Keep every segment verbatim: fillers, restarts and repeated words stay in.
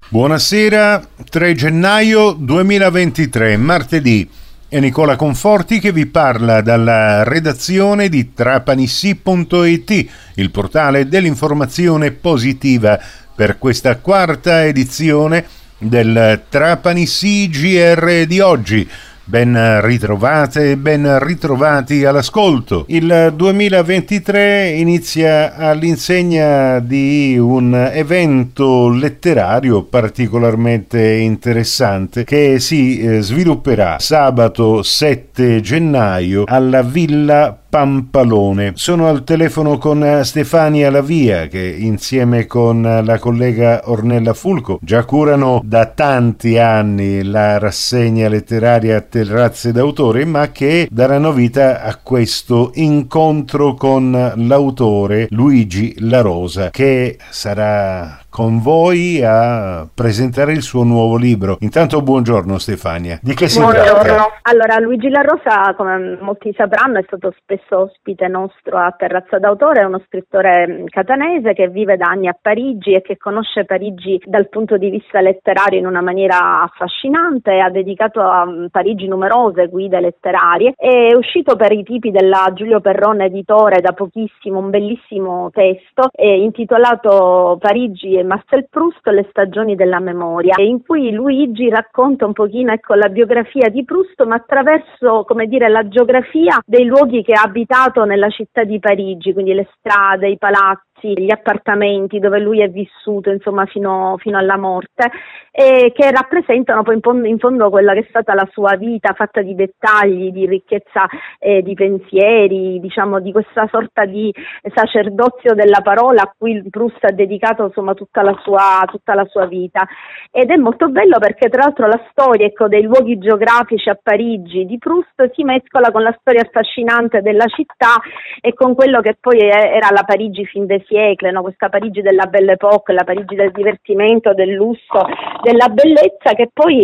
Buonasera, tre gennaio duemilaventitré, martedì. È Nicola Conforti che vi parla dalla redazione di Trapanissi punto it, il portale dell'informazione positiva, per questa quarta edizione del Trapanissi G R di oggi. Ben ritrovate e ben ritrovati all'ascolto. Il duemilaventitré inizia all'insegna di un evento letterario particolarmente interessante che si eh, svilupperà sabato sette gennaio alla Villa Pampalone. Sono al telefono con Stefania Lavia che insieme con la collega Ornella Fulco già curano da tanti anni la rassegna letteraria Terrazze d'autore, ma che daranno vita a questo incontro con l'autore Luigi La Rosa, che sarà con voi a presentare il suo nuovo libro. Intanto buongiorno Stefania, di che si buongiorno. tratta? Allora, Luigi La Rosa, come molti sapranno, è stato spesso ospite nostro a Terrazza d'autore, è uno scrittore catanese che vive da anni a Parigi e che conosce Parigi dal punto di vista letterario in una maniera affascinante, ha dedicato a Parigi numerose guide letterarie, è uscito per i tipi della Giulio Perrone editore da pochissimo un bellissimo testo eh, intitolato Parigi e Marcel Proust, le stagioni della memoria, in cui Luigi racconta un pochino ecco la biografia di Proust, ma attraverso, come dire, la geografia dei luoghi che ha abitato nella città di Parigi, quindi le strade, i palazzi, gli appartamenti dove lui è vissuto insomma fino, fino alla morte, e che rappresentano poi in fondo, in fondo quella che è stata la sua vita fatta di dettagli, di ricchezza eh, di pensieri, diciamo di questa sorta di sacerdozio della parola a cui Proust ha dedicato insomma tutta la sua, tutta la sua vita. Ed è molto bello perché tra l'altro la storia ecco dei luoghi geografici a Parigi di Proust si mescola con la storia affascinante della città e con quello che poi era la Parigi fin des siècle, no? Questa Parigi della Belle Époque, la Parigi del divertimento, del lusso, della bellezza, che poi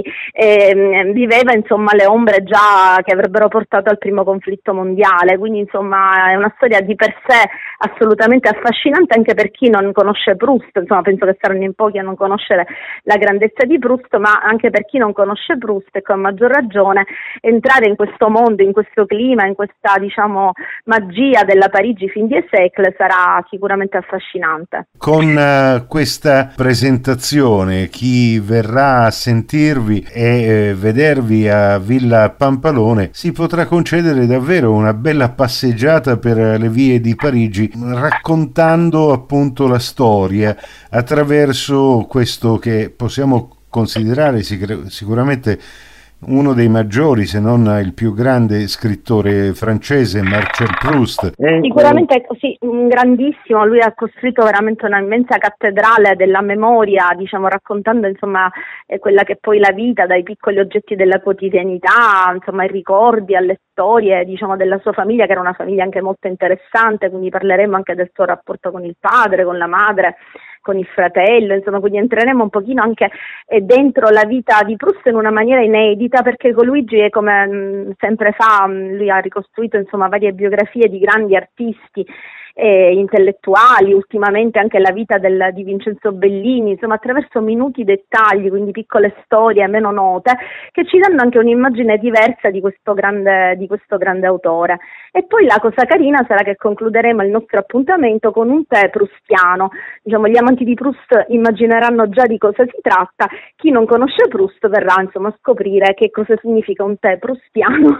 eh, viveva insomma le ombre già che avrebbero portato al primo conflitto mondiale. Quindi insomma è una storia di per sé assolutamente affascinante anche per chi non conosce Proust. Insomma penso che saranno in pochi a non conoscere la grandezza di Proust, ma anche per chi non conosce Proust, ecco, a maggior ragione entrare in questo mondo, in questo clima, in questa diciamo magia della Parigi fin des siècle sarà sicuramente affascinante. Con uh, questa presentazione chi verrà a sentirvi e eh, vedervi a Villa Pampalone si potrà concedere davvero una bella passeggiata per le vie di Parigi, raccontando appunto la storia attraverso questo che possiamo considerare sicur- sicuramente uno dei maggiori, se non il più grande scrittore francese, Marcel Proust. Sicuramente sì, un grandissimo, lui ha costruito veramente una immensa cattedrale della memoria, diciamo raccontando insomma eh, quella che è poi la vita, dai piccoli oggetti della quotidianità, insomma ai ricordi, alle storie diciamo della sua famiglia, che era una famiglia anche molto interessante, quindi parleremo anche del suo rapporto con il padre, con la madre, con il fratello, insomma, quindi entreremo un pochino anche eh, dentro la vita di Proust in una maniera inedita, perché con Luigi è come mh, sempre fa, mh, lui ha ricostruito insomma varie biografie di grandi artisti eh, intellettuali, ultimamente anche la vita del, di Vincenzo Bellini, insomma attraverso minuti dettagli, quindi piccole storie meno note, che ci danno anche un'immagine diversa di questo grande, di questo grande autore. E poi la cosa carina sarà che concluderemo il nostro appuntamento con un tè proustiano. Diciamo, gli amanti di Proust immagineranno già di cosa si tratta, chi non conosce Proust verrà insomma a scoprire che cosa significa un tè proustiano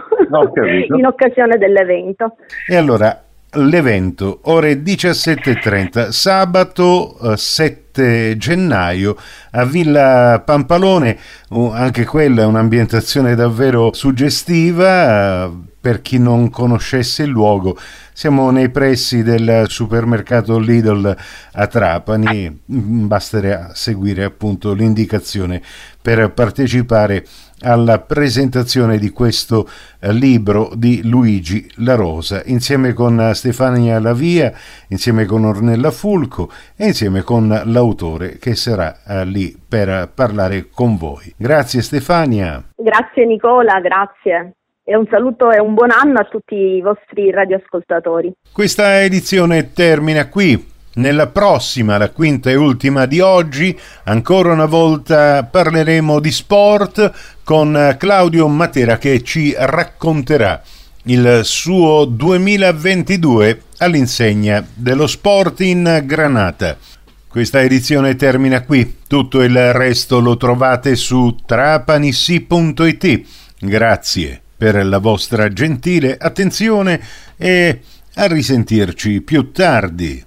in occasione dell'evento. E allora l'evento ore diciassette e trenta sabato eh, sette gennaio a Villa Pampalone, uh, anche quella è un'ambientazione davvero suggestiva. Uh, per chi non conoscesse il luogo, siamo nei pressi del supermercato Lidl a Trapani, basterà seguire appunto l'indicazione per partecipare alla presentazione di questo eh, libro di Luigi La Rosa, insieme con Stefania Lavia, insieme con Ornella Fulco e insieme con l'autore che sarà eh, lì per parlare con voi. Grazie Stefania. Grazie Nicola, grazie. E un saluto e un buon anno a tutti i vostri radioascoltatori. Questa edizione termina qui. Nella prossima, la quinta e ultima di oggi, ancora una volta parleremo di sport con Claudio Matera che ci racconterà il suo duemilaventidue all'insegna dello sport in Granata. Questa edizione termina qui, tutto il resto lo trovate su trapanissi punto it. Grazie per la vostra gentile attenzione e a risentirci più tardi.